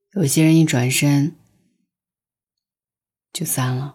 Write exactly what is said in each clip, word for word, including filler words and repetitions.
有些人一转身就散了。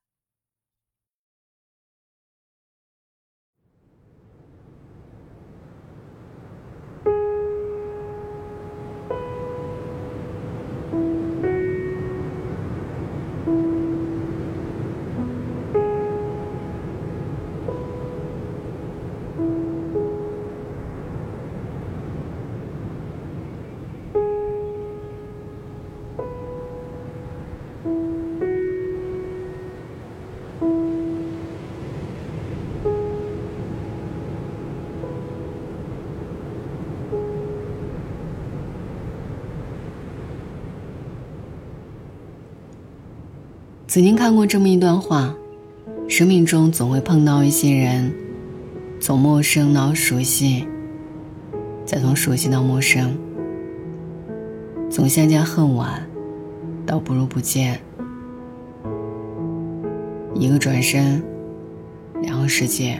曾经看过这么一段话，生命中总会碰到一些人，从陌生到熟悉，再从熟悉到陌生，从相见恨晚到不如不见，一个转身，两个世界。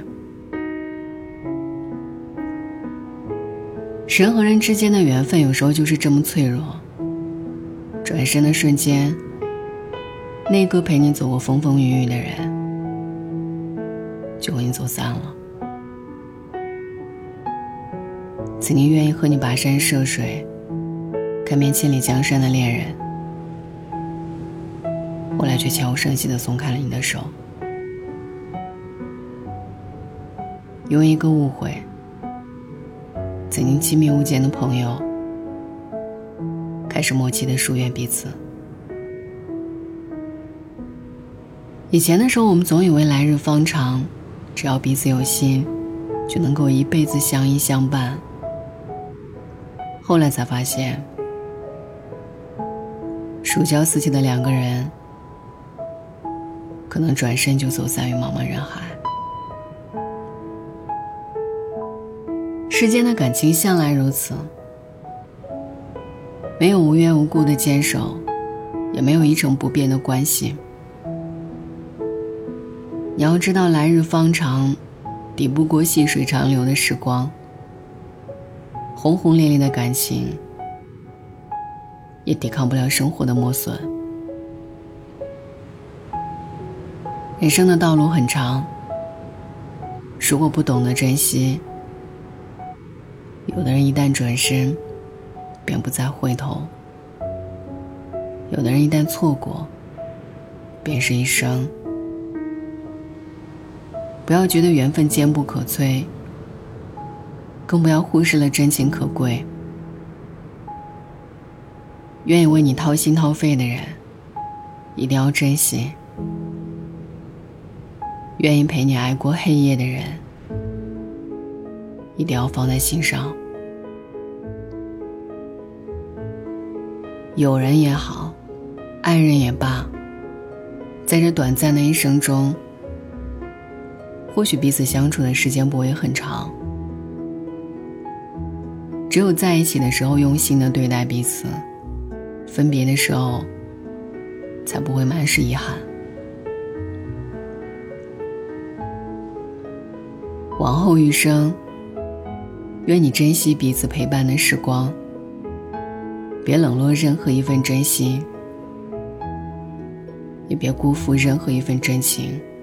人和人之间的缘分有时候就是这么脆弱，转身的瞬间，那个陪你走过风风雨雨的人就和你走散了。曾经愿意和你跋山涉水看遍千里江山的恋人，后来却悄无声息地松开了你的手。因为一个误会，曾经亲密无间的朋友开始默契地疏远彼此。以前的时候，我们总以为来日方长，只要彼此有心，就能够一辈子相依相伴。后来才发现，如胶似漆的两个人，可能转身就走散于茫茫人海。世间的感情向来如此，没有无缘无故的坚守，也没有一成不变的关系。你要知道，来日方长，抵不过细水长流的时光。轰轰烈烈的感情，也抵抗不了生活的磨损。人生的道路很长，如果不懂得珍惜，有的人一旦转身，便不再回头；有的人一旦错过，便是一生。不要觉得缘分坚不可摧，更不要忽视了真情可贵。愿意为你掏心掏肺的人，一定要珍惜；愿意陪你挨过黑夜的人，一定要放在心上。友人也好，爱人也罢，在这短暂的一生中，或许彼此相处的时间不会很长，只有在一起的时候用心地对待彼此，分别的时候才不会满是遗憾。往后余生，愿你珍惜彼此陪伴的时光，别冷落任何一份真心，也别辜负任何一份真情。